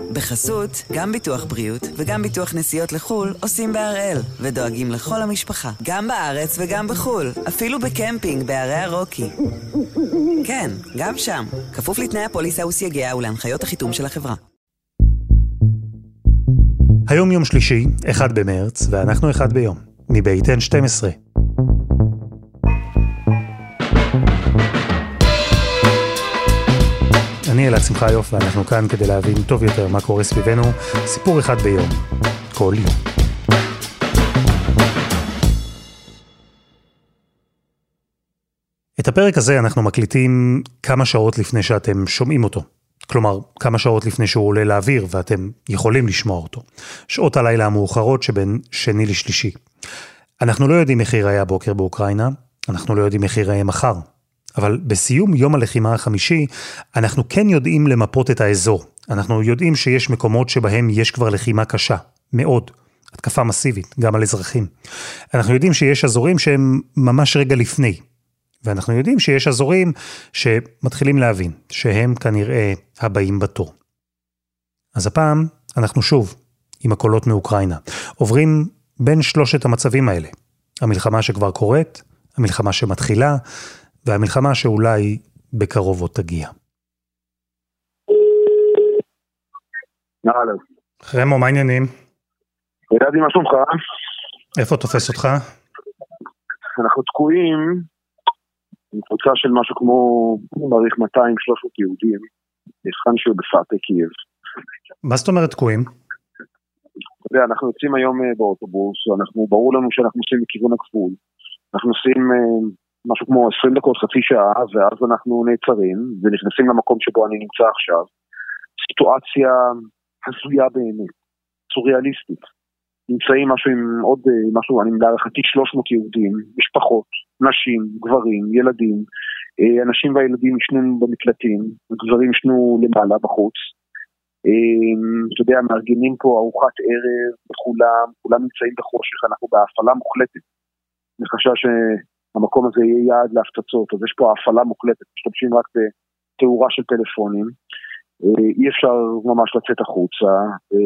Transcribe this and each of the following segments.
בחסות, גם ביטוח בריאות וגם ביטוח נסיעות לחול עושים בהראל, ודואגים לכל המשפחה, גם בארץ וגם בחול, אפילו בקמפינג בערי הרוקי. כן, גם שם, כפוף לתנאי הפוליסה וסייגיה ולהנחיות החיתום של החברה. היום יום שלישי, 1 במרץ, ואנחנו 1 ביום, מבית N12. אני אלעד שמחיוף, ואנחנו כאן כדי להבין טוב יותר מה קורה סביבנו. סיפור 1 ביום, כל יום. את הפרק הזה אנחנו מקליטים כמה שעות לפני שאתם שומעים אותו. כלומר, כמה שעות לפני שהוא עולה לאוויר, ואתם יכולים לשמוע אותו. שעות הלילה המאוחרות שבין שני לשלישי. אנחנו לא יודעים איך ייראה הבוקר באוקראינה, אנחנו לא יודעים איך ייראה מחר. אבל בסיום יום הלחימה החמישי, אנחנו כן יודעים למפות את האזור. אנחנו יודעים שיש מקומות שבהם יש כבר לחימה קשה, מאוד. התקפה מסיבית, גם על אזרחים. אנחנו יודעים שיש אזורים שהם ממש רגע לפני. ואנחנו יודעים שיש אזורים שמתחילים להבין, שהם כנראה הבאים בתור. אז הפעם אנחנו שוב עם הקולות מאוקראינה. עוברים בין שלושת המצבים האלה. המלחמה שכבר קורית, המלחמה שמתחילה, והמלחמה שאולי בקרוב עוד תגיע. נעלו. רמו, מה העניינים? ידעתי מה שלומך? איפה תופס אותך? אנחנו תקועים עם קבוצה של משהו כמו, מעריך 200-300 יהודים, היכן שהוא בפאתי קייב. מה זאת אומרת תקועים? אתה יודע, אנחנו יוצאים היום באוטובוס, ברור לנו שאנחנו נוסעים מכיוון הגבול. אנחנו נוסעים משהו כמו 20 דקות, חצי שעה, ואז אנחנו נעצרים, ונכנסים למקום שבו אני נמצא עכשיו. סיטואציה הזויה באמת, סוריאליסטית. נמצאים משהו עם עוד, אני להערכתי 300 יהודים, משפחות, נשים, גברים, ילדים, אנשים והילדים ישנו במקלטים, גברים ישנו למעלה בחוץ. אתה יודע, מארגנים פה ארוחת ערב כולם נמצאים בחושך, אנחנו בהפעלה מוחלטת. מחשש שהמקום הזה יהיה יעד להפצצות, אז יש פה הפעלה מוחלטת, משתמשים רק בתאורה של טלפונים, אי אפשר ממש לצאת החוצה,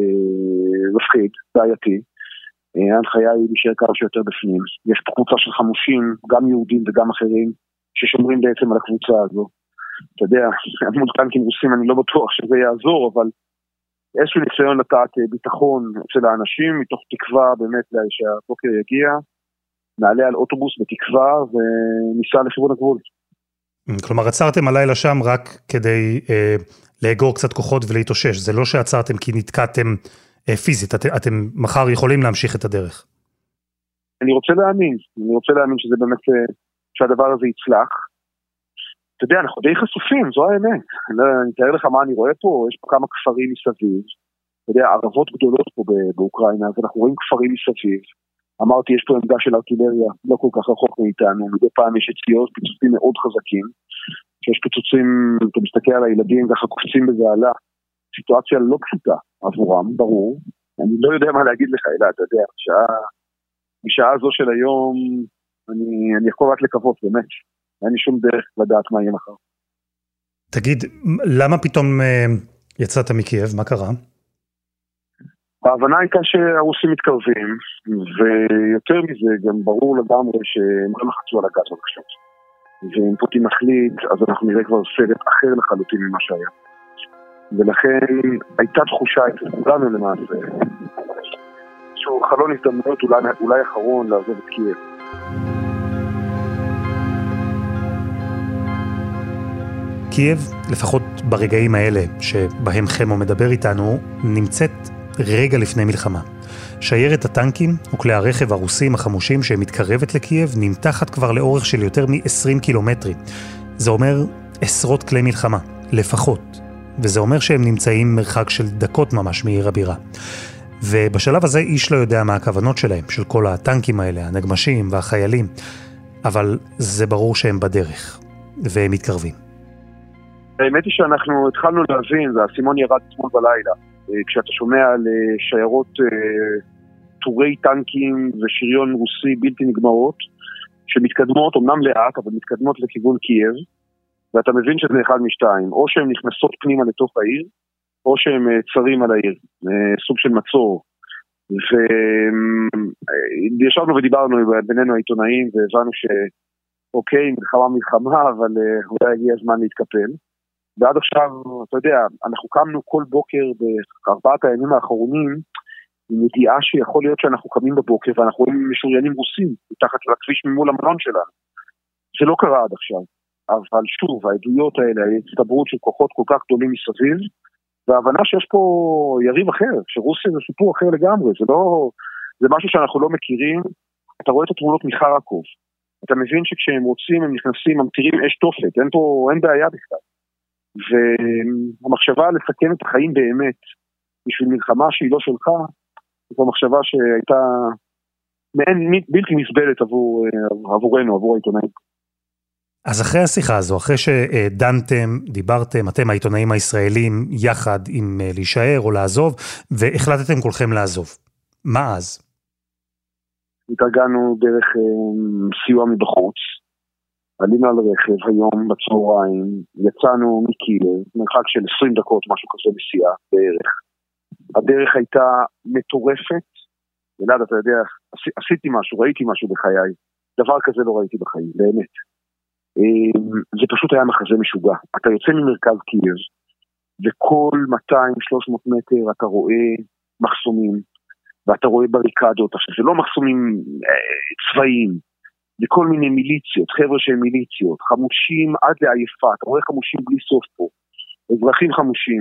מפחיד, בעייתי, ההנחיה היא להישאר כמה שיותר בפנים. יש פה קבוצה של חמושים, גם יהודים וגם אחרים, ששומרים בעצם על הקבוצה הזו. אתה יודע, מול טנקים רוסים אני לא בטוח שזה יעזור, אבל איזשהו ניסיון לתת ביטחון אצל האנשים, מתוך תקווה באמת שהבוקר יגיע, נעלה על אוטובוס בתקווה וניסע לכיוון הגבול. כלומר, עצרתם הלילה שם רק כדי לאגור קצת כוחות ולהתאושש. זה לא שעצרתם כי נתקעתם פיזית, אתם מחר יכולים להמשיך את הדרך. אני רוצה להאמין שזה באמת, שהדבר הזה יצלח. אתה יודע, אנחנו די חשופים, זו האמת. אני אתאר לך מה אני רואה פה, יש פה כמה כפרים מסביב. אתה יודע, ערבות גדולות פה באוקראינה, אז אנחנו רואים כפרים מסביב. אמרתי, יש פה עמדה של ארטילריה, לא כל כך רחוק מאיתנו, מדי פעם יש יציאות, פיצוצים מאוד חזקים, שיש פיצוצים, אתה מסתכל על הילדים, ככה קופצים בזעלה, סיטואציה לא פשוטה עבורם, ברור, אני לא יודע מה להגיד לך, אלא, אתה יודע, בשעה הזו של היום, אני יכול רק לקוות, באמת, אין לי שום דרך לדעת מה יהיה מחר. תגיד, למה פתאום יצאת מקייב? מה קרה? ההבנה הייתה שהרוסים מתקרבים, ויותר מזה גם ברור לגמרי שהם לא לחצו על הגז עכשיו. ואם פוטין מחליט, אז אנחנו נראה כבר סרט אחר לחלוטין ממה שהיה. ולכן הייתה תחושה אצל כולנו למעשה, שהוא חלון הזדמנות אולי אחרון לעזוב את קייב. קייב, לפחות ברגעים האלה שבהם חמו מדבר איתנו, נמצאת רגע לפני מלחמה. שיירת הטנקים וכלי הרכב הרוסים החמושים שמתקרבת לקייב נמתחת כבר לאורך של יותר מ-20 קילומטרים. זה אומר עשרות כלי מלחמה, לפחות. וזה אומר שהם נמצאים מרחק של דקות ממש מעיר הבירה. ובשלב הזה איש לא יודע מה הכוונות שלהם, של כל הטנקים האלה, הנגמשים והחיילים. אבל זה ברור שהם בדרך, והם מתקרבים. האמת היא שאנחנו התחלנו להבין, והסימון ירד אתמול בלילה, כשאתה שומע על שיירות טורי טנקים ושריון רוסי בלתי נגמרות, שמתקדמות, אמנם לאט, אבל מתקדמות לכיוון קייב, ואתה מבין שזה אחד משתיים, או שהן נכנסות פנימה לתוך העיר, או שהם צרים על העיר, סוג של מצור. וישבנו ודיברנו בינינו העיתונאים, והבנו שאוקיי, מלחמה, אבל אולי הגיע הזמן להתקפל. ועד עכשיו, אתה יודע, אנחנו קמנו כל בוקר בארבעת הימים האחרונים, עם ידיעה שיכול להיות שאנחנו קמים בבוקר, ואנחנו רואים משוריינים רוסים, מתחת לכביש ממול המלון שלנו. זה לא קרה עד עכשיו. אבל שוב, העדויות האלה, ההצטברות של כוחות כל כך גדולים מסביב, וההבנה שיש פה יריב אחר, שרוסיה זה סיפור אחר לגמרי, זה משהו שאנחנו לא מכירים. אתה רואה את התמונות מחרקוב, אתה מבין שכשהם רוצים, הם נכנסים, ממטירים אש תופת, אין בעיה בכלל. והמחשבה לסכן את החיים באמת, בשביל מלחמה שהיא לא שלך, זו מחשבה שהייתה בלתי נסבלת עבורנו, עבור העיתונאים. אז אחרי השיחה הזו, אחרי שדנתם, דיברתם, אתם העיתונאים הישראלים יחד עם להישאר או לעזוב, והחלטתם כולכם לעזוב. מה אז? התארגנו דרך סיוע מבחוץ, עלינו על רכב היום בצהריים, יצאנו מקייב, מרחק של 20 דקות, משהו כזה נסיעה בערך. הדרך הייתה מטורפת, ולעד אתה יודע, עשיתי משהו, ראיתי משהו בחיי, דבר כזה לא ראיתי בחיים, באמת. זה פשוט היה מחזה משוגע. אתה יוצא ממרכז קייב, וכל 200-300 מטר אתה רואה מחסומים, ואתה רואה בריקדות. עכשיו, זה לא מחסומים צבאיים, זה כל מיני מיליציות, חבר'ה שהם מיליציות, חמושים עד לעייפה, אתה רואה חמושים בלי סוף פה, אזרחים חמושים,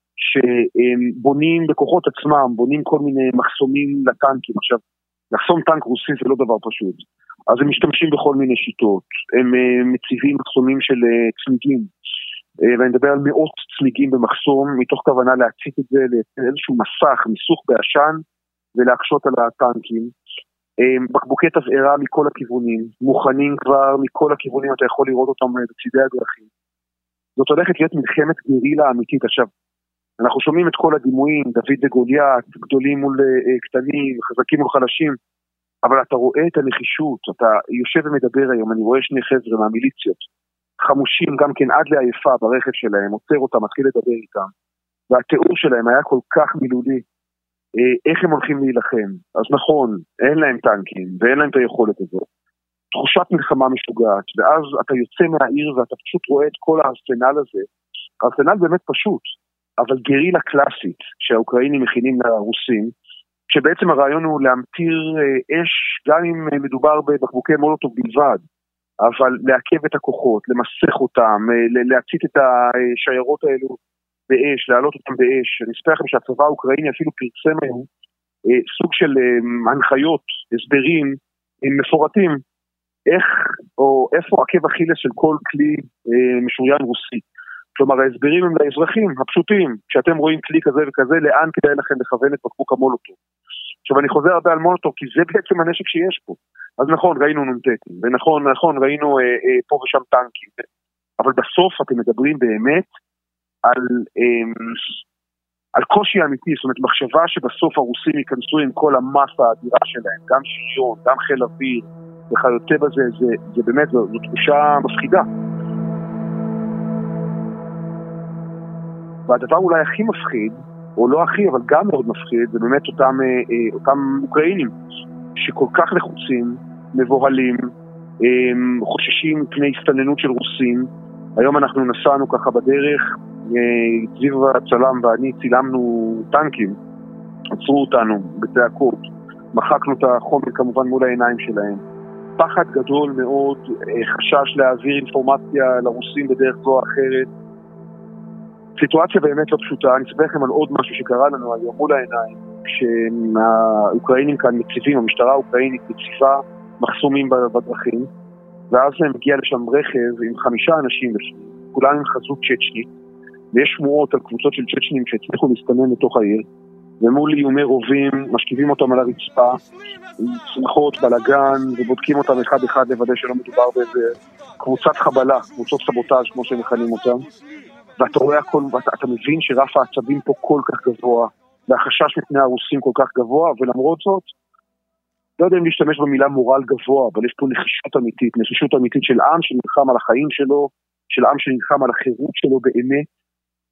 שבונים בכוחות עצמם, בונים כל מיני מחסומים לטנקים. עכשיו, לחסום טנק רוסי זה לא דבר פשוט. אז הם משתמשים בכל מיני שיטות, הם מציבים מחסומים של צמיגים, ואני מדבר על מאות צמיגים במחסום, מתוך כוונה להציף את זה לאיזשהו מסך, מיסוך בעשן, ולהקשות על הטנקים. בקבוקי תבערה מכל הכיוונים, מוכנים כבר מכל הכיוונים, אתה יכול לראות אותם בצידי הדרכים. זאת הולכת להיות מלחמת גרילה אמיתית. עכשיו, אנחנו שומעים את כל הדימויים, דוד וגוליית, גדולים מול קטנים, חזקים מול חלשים, אבל אתה רואה את הנחישות, אתה יושב ומדבר היום, אני רואה שני חבר'ה מהמיליציות, חמושים גם כן עד לעייפה ברכב שלהם, עוצר אותם, מתחיל לדבר איתם, והתיאור שלהם היה כל כך מילולי, איך הם הולכים להילחם. אז נכון, אין להם טנקים, ואין להם את היכולת הזאת, תחושת מלחמה משוגעת, ואז אתה יוצא מהעיר ואתה פשוט רואה את כל הארסנל הזה, הארסנל באמת פשוט, אבל גרילה קלאסית, שהאוקראינים מכינים לרוסים, שבעצם הרעיון הוא להמטיר אש, גם אם מדובר בבקבוקי מולוטוב בלבד, אבל לעכב את הכוחות, למסך אותם, להצית את השיירות האלו באש, להעלות אותם באש. אני אספר לכם שהצבא האוקראיני אפילו פרסם היום סוג של הנחיות, הסברים מפורטים, איך או איפה עקב אכילס של כל כלי משוריין רוסי. כלומר, ההסברים הם לאזרחים הפשוטים, כשאתם רואים כלי כזה וכזה, לאן כדאי לכם לכוון את בקבוק המולוטוב. עכשיו, אני חוזר הרבה על מולוטוב, כי זה בעצם הנשק שיש פה. אז נכון, ראינו נונטטים, ונכון, ראינו פה ושם טנקים, אבל בסוף אתם מדברים באמת על קושי אמיתי, זאת אומרת, מחשבה שבסוף הרוסים ייכנסו עם כל המסה האדירה שלהם, גם שריון, גם חיל אוויר, וכיוצא בזה, זה באמת, זו תחושה מפחידה. והדבר אולי הכי מפחיד, או לא הכי, אבל גם מאוד מפחיד, זה באמת אותם אוקראינים, שכל כך לחוצים, מבוהלים, חוששים מפני הסתננות של רוסים. היום אנחנו נסענו ככה בדרך, זיו הצלם ואני צילמנו טנקים, עצרו אותנו בצעקות, מחקנו את החומר כמובן מול העיניים שלהם. פחד גדול מאוד, חשש להעביר אינפורמציה לרוסים בדרך זו או אחרת. סיטואציה באמת לא פשוטה. אני אספר לכם על עוד משהו שקרה לנו היום מול העיניים, כשהאוקראינים כאן מציבים, המשטרה האוקראינית מציבה מחסומים בדרכים, ואז מגיע לשם רכב עם 5 אנשים, כולם עם חזות צ'צ'נית, ויש שמועות על קבוצות של צ'צ'נים שהצליחו להסתנן לתוך העיר, ומול איומי רובים משכיבים אותם על הרצפה, עם שמחות, בלגן, ובודקים אותם אחד אחד לוודא שלא מדובר באיזה קבוצת חבלה, קבוצות סבוטאז' כמו שהם מכנים אותם. ואתה רואה הכל, ואתה מבין שרף העצבים פה כל כך גבוה, והחשש מפני הרוסים כל כך גבוה, ולמרות זאת, לא יודע אם להשתמש במילה מורל גבוה, אבל יש פה נחישות אמיתית של עם שנלחם על החיים שלו, של עם שנלחם על החירות שלו באמת,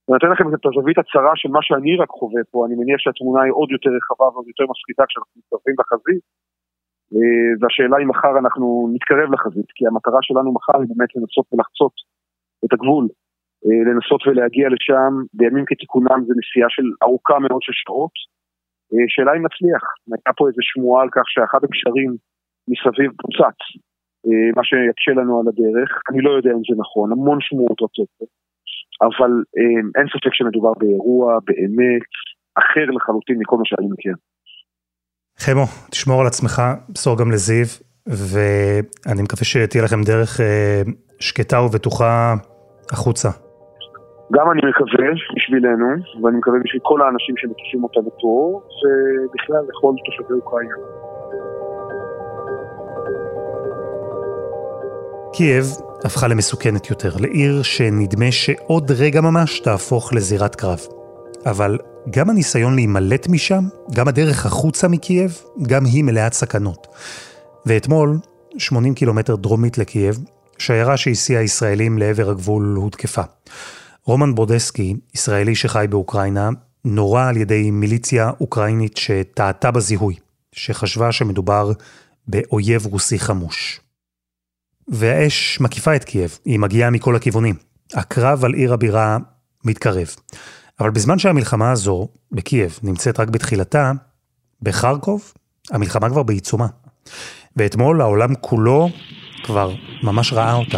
אני נותן לכם את הזווית הצרה של מה שאני רק חווה פה, אני מניח שהתמונה היא עוד יותר רחבה ועוד יותר מפחידה כשאנחנו מתקרבים לחזית, והשאלה היא מחר אנחנו נתקרב לחזית, כי המטרה שלנו מחר היא באמת לנסות ולחצות את הגבול, לנסות ולהגיע לשם, בימים כתיקונם זה נסיעה של ארוכה מאוד של שעות, שאלה אם נצליח, הייתה פה איזו שמועה על כך שאחד הקשרים מסביב פוצץ, מה שיקשה לנו על הדרך, אני לא יודע אם זה נכון, המון שמועות רצות, אבל אין ספק שמדובר באירוע, באמת, אחר לחלוטין מכל מה שאני מכיר. חמו, תשמור על עצמך, בשור גם לזיו, ואני מקווה שתהיה לכם דרך שקטה ובטוחה החוצה. גם אני מקווה בשבילנו, ואני מקווה בשביל כל האנשים שמקיפים אותנו פה, ובכלל לכל תושבי אוקראינה. קייב הפכה למסוכנת יותר, לעיר שנדמה שעוד רגע ממש תהפוך לזירת קרב. אבל גם הניסיון להימלט משם, גם הדרך החוצה מקייב, גם היא מלאת סכנות. ואתמול, 80 קילומטר דרומית לקייב, שיירה שהסיעה ישראלים לעבר הגבול הותקפה. רומן ברודסקי, ישראלי שחי באוקראינה, נורה על ידי מיליציה אוקראינית שטעתה בזיהוי, שחשבה שמדובר באויב רוסי חמוש. והאש מקיפה את קייב, היא מגיעה מכל הכיוונים. הקרב על עיר הבירה מתקרב. אבל בזמן שהמלחמה הזו בקייב נמצאת רק בתחילתה, בחרקוב המלחמה כבר בעיצומה. ואתמול העולם כולו כבר ממש ראה אותה.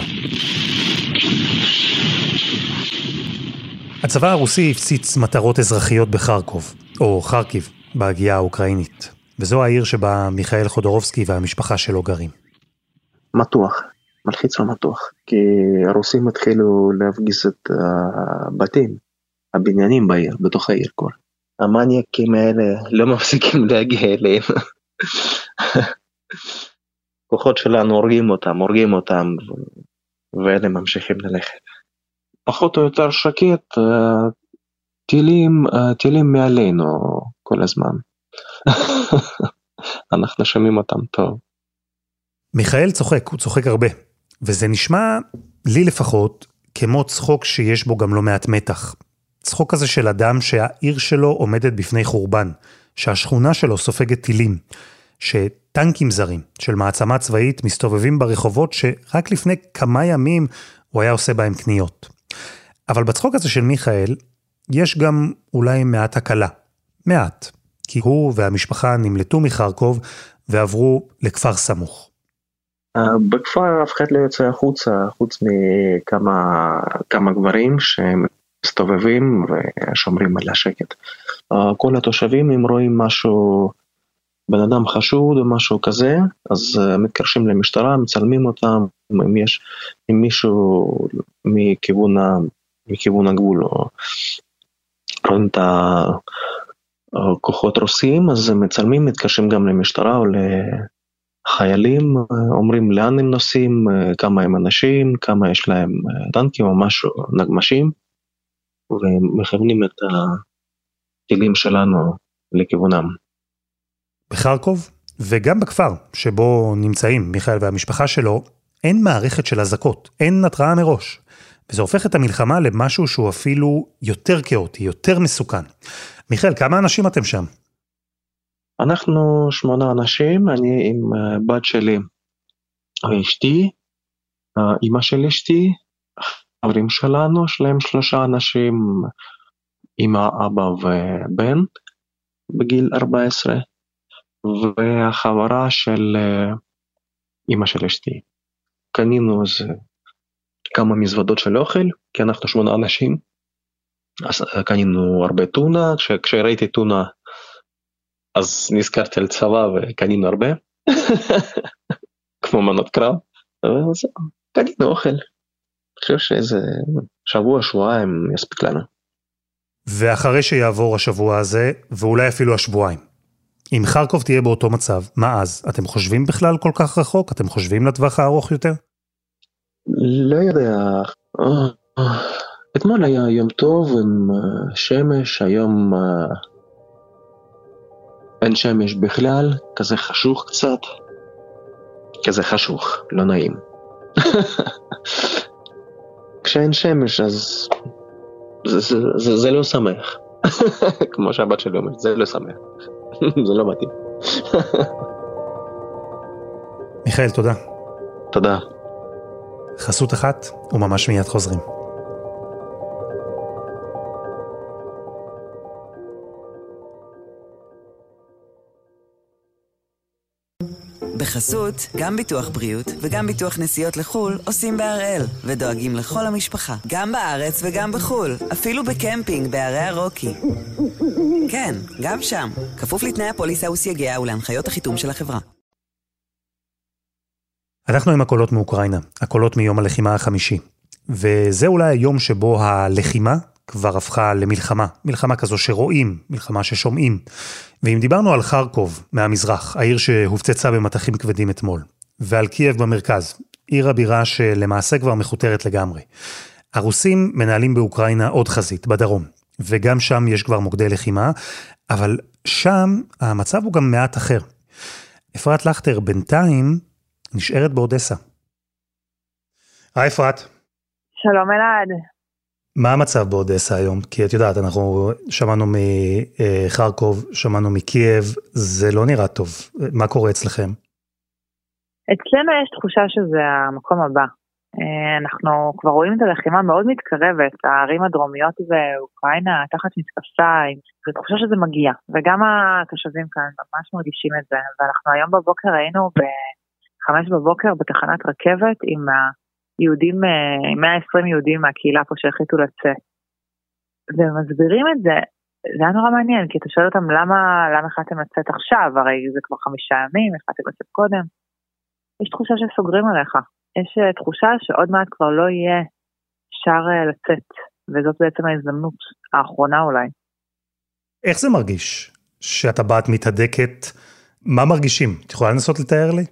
הצבא הרוסי הפציץ מטרות אזרחיות בחרקוב, או חרקיב, בהגיעה האוקראינית. וזו העיר שבה מיכאל חודורובסקי והמשפחה שלו גרים. מתוח, מלחיץ ומתוח, כי הרוסים התחילו להפגיז את הבתים, הבניינים בעיר, בתוך העיר כבר. המניאקים האלה לא מפסיקים להגיע אליהם. כוחות שלנו הורגים אותם, ואלה ממשיכים ללכת. פחות או יותר שקט, טילים מעלינו כל הזמן. אנחנו שומעים אותם טוב. מיכאל צוחק, הוא צוחק הרבה, וזה נשמע, לי לפחות, כמו צחוק שיש בו גם לא מעט מתח. צחוק כזה של אדם שהעיר שלו עומדת בפני חורבן, שהשכונה שלו סופגת טילים, שטנקים זרים של מעצמה צבאית מסתובבים ברחובות שרק לפני כמה ימים הוא היה עושה בהם קניות. אבל בצחוק הזה של מיכאל, יש גם אולי מעט הקלה. מעט. כי הוא והמשפחה נמלטו מחרקוב ועברו לכפר סמוך. בכפר אף אחד לא יוצא החוצה, חוץ מכמה גברים שמסתובבים ושומרים על השקט. כל התושבים, אם רואים משהו, בן אדם חשוד או משהו כזה, אז מתקרשים למשטרה, מצלמים אותם, אם מישהו מכיוון הגבול, או רואים את הכוחות רוסיים, אז מצלמים, מתקרשים גם למשטרה או לחיילים, אומרים לאן הם נוסעים, כמה הם אנשים, כמה יש להם טנקים או משהו, נגמשים, ומכוונים את הטילים שלנו לכיוונם. בחרקוב, וגם בכפר שבו נמצאים מיכאל והמשפחה שלו, אין מערכת של הזקות, אין התראה מראש. וזה הופך את המלחמה למשהו שהוא אפילו יותר כאוטי, יותר מסוכן. מיכאל, כמה אנשים אתם שם? אנחנו 8 אנשים, אני עם בת שלי ואשתי, אמא של אשתי, חברים שלנו, שלהם 3 אנשים, אמא, אבא ובן, בגיל 14, והחברה של אמא של אשתי. קנינו כמה מזוודות של אוכל, כי אנחנו 8 אנשים, אז קנינו הרבה טונה, כשראיתי טונה, אז נזכרתי על צבא וקנינו הרבה, כמו מנות קרב, אז קנינו אוכל. אני חושב שאיזה שבועיים יספיק לנו. ואחרי שיעבור השבוע הזה, ואולי אפילו השבועיים, אם חרקוב תהיה באותו מצב, מה אז? אתם חושבים בכלל כל כך רחוק? אתם חושבים לטווח הארוך יותר? לא יודע. אתמול היה יום טוב עם שמש, היום אין שמש בכלל, כזה חשוך קצת. כזה חשוך, לא נעים. כשאין שמש אז זה לא שמח. כמו שהבת שלי אומרת, זה לא שמח. זה לא מתאים. מיכאל, תודה. תודה. חסות אחת וממש מיד חוזרים. בחסות, גם ביטוח בריאות וגם ביטוח נסיעות לחול עושים בהראל ודואגים לכל המשפחה, גם בארץ וגם בחול, אפילו בקמפינג בערי הרוקי. כן, גם שם, כפוף לתנאי הפוליסה וסייגיה ולהנחיות החיתום של החברה. אנחנו עם הקולות מאוקראינה, הקולות מיום הלחימה החמישי. וזה אולי היום שבו הלחימה כבר הפכה למלחמה, מלחמה כזו שרואים, מלחמה ששומעים. ואם דיברנו על חרקוב מהמזרח, העיר שהופצצה במטחים כבדים אתמול, ועל קייב במרכז, עיר הבירה שלמעשה כבר מחותרת לגמרי. הרוסים מנהלים באוקראינה עוד חזית, בדרום, וגם שם יש כבר מוקדי לחימה, אבל שם המצב הוא גם מעט אחר. אפרת לכטר בינתיים נשארת באודסה. היי אפרת. שלום אלעד. מה המצב באודסה היום? כי את יודעת, אנחנו שמענו מחרקוב, שמענו מקייב, זה לא נראה טוב. מה קורה אצלכם? אצלנו יש תחושה שזה המקום הבא. אנחנו כבר רואים את הלחימה מאוד מתקרבת, הערים הדרומיות באוקראינה תחת מתקפה, זו תחושה שזה מגיע, וגם התושבים כאן ממש מרגישים את זה, ואנחנו היום בבוקר היינו ב-5 בבוקר בתחנת רכבת עם יהודים, 120 יהודים מהקהילה פה שהחליטו לצאת. ומסבירים את זה, זה היה נורא מעניין, כי אתה שואל אותם למה החלטתם לצאת עכשיו, הרי זה כבר 5 ימים, החלטתם לצאת קודם. יש תחושה שסוגרים עליך, יש תחושה שעוד מעט כבר לא יהיה אפשר לצאת, וזאת בעצם ההזדמנות האחרונה אולי. איך זה מרגיש? שאתה באת מתהדקת, מה מרגישים? את יכולה לנסות לתאר לי?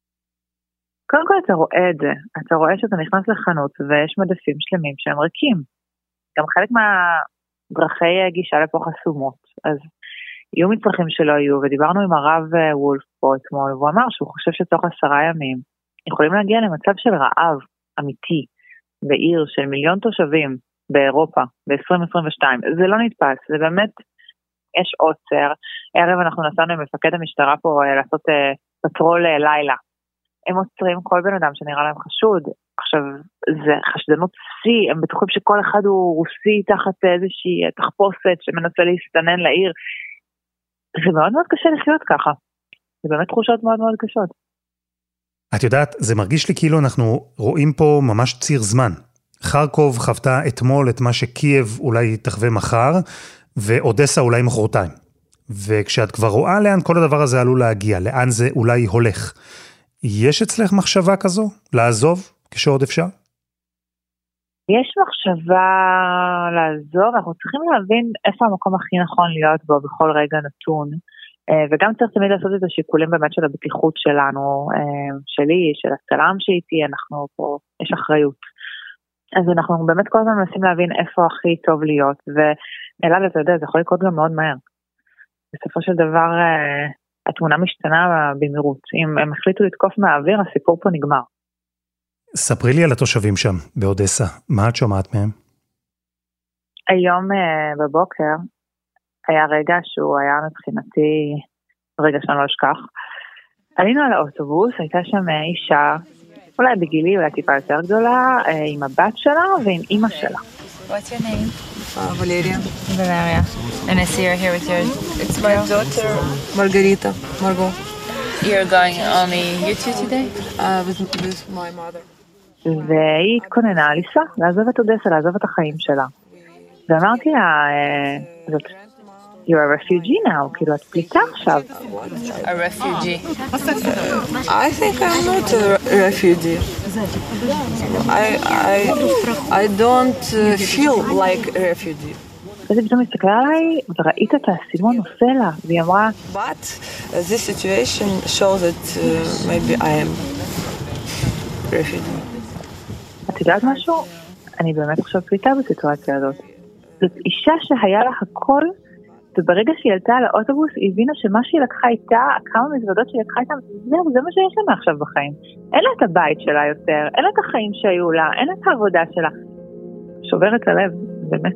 קודם כל אתה רואה את זה, אתה רואה שאתה נכנס לחנות ויש מדפים שלמים שהם ריקים. גם חלק מהדרכי גישה לפה חסומות, אז יהיו מצרכים שלא יהיו, ודיברנו עם הרב וולף פה אתמול, והוא אמר שהוא חושב שתוך 10 ימים יכולים להגיע למצב של רעב אמיתי, בעיר של 1,000,000 תושבים באירופה, ב-2022. זה לא נתפס, זה באמת, יש עוצר. ערב אנחנו נסענו עם מפקד המשטרה פה לעשות פטרול לילה. הם עוצרים כל בן אדם שנראה להם חשוד. עכשיו, זה חשדנות שיא, הם בטוחים שכל אחד הוא רוסי תחת איזושהי תחפושת שמנסה להסתנן לעיר. זה מאוד מאוד קשה לחיות ככה. זה באמת תחושות מאוד מאוד קשות. את יודעת, זה מרגיש לי כאילו אנחנו רואים פה ממש ציר זמן. חרקוב חוותה אתמול את מה שקייב אולי תחווה מחר, ואודסה אולי מחרתיים. וכשאת כבר רואה לאן כל הדבר הזה עלול להגיע, לאן זה אולי הולך, יש אצלך מחשבה כזו? לעזוב כשעוד אפשר? יש מחשבה לעזוב, אנחנו צריכים להבין איפה המקום הכי נכון להיות בו בכל רגע נתון, וגם צריך תמיד לעשות את השיקולים באמת של הבטיחות שלנו, שלי, של הצלם שאיתי, אנחנו פה, יש אחריות. אז אנחנו באמת כל הזמן מנסים להבין איפה הכי טוב להיות, ואלעד, אתה יודע, זה יכול לקרות גם מאוד מהר. בסופו של דבר, התמונה משתנה במהירות. אם הם החליטו לתקוף מהאוויר, הסיפור פה נגמר. ספרי לי על התושבים שם, באודסה. מה את שומעת מהם? היום בבוקר היה רגע שהוא היה מבחינתי, רגע שאני לא אשכח. עלינו על האוטובוס, הייתה שם אישה, אולי בגילי, אולי טיפה יותר גדולה, עם הבת שלה ועם אמא שלה. What's your name? Valeria. Valeria. And I see you're here with your... It's my daughter, Margarita, Margot. You're going only you two today? With my mother. והיא התכוננה לנסוע, לעזוב את אודסה, לעזוב את החיים שלה. ואמרתי לה, זאת, you're a refugee now, כאילו את פליטה עכשיו. A refugee. I think I'm not a refugee. I don't feel like a refugee. אז היא פתאום הסתכלה עליי, וראית את הסימון נושא לה, והיא אמרה, But this situation shows that maybe I am refugee. את יודעת משהו? אני באמת עכשיו פליטה בסיטואציה הזאת. זאת אישה שהיה לה הכל, וברגע שהיא עלתה על האוטובוס, היא הבינה שמה שהיא לקחה איתה, כמה מזוודות שהיא לקחה איתה, זה מה שיש לה עכשיו בחיים. אין לה את הבית שלה יותר, אין לה את החיים שהיו לה, אין לה את העבודה שלה. שובר את הלב, באמת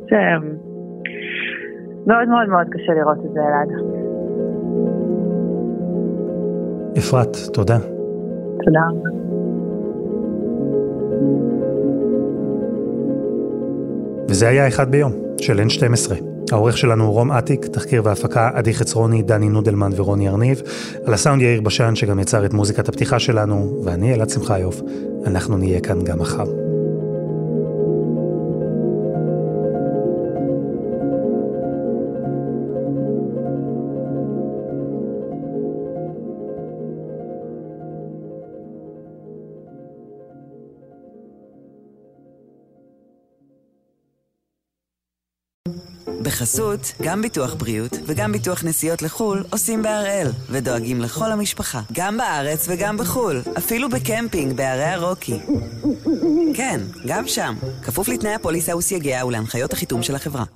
מאוד מאוד מאוד קשה לראות את זה, אלעד. אפרת, תודה. תודה. וזה היה אחד ביום, של N12. העורך שלנו רום עתיק, תחקיר והפקה עדי חצרוני, דני נודלמן ורוני ארניב, על הסאונד יאיר בשן שגם יצר את מוזיקת הפתיחה שלנו, ואני אלעד שמחיוף, אנחנו נהיה כאן גם מחר. בחסות, גם ביטוח בריאות וגם ביטוח נסיעות לחול עושים בהראל ודואגים לכל המשפחה, גם בארץ וגם בחול, אפילו בקמפינג בערי הרוקי. כן, גם שם, כפוף לתנאי הפוליסה וסייגיה ולהנחיות החיתום של החברה.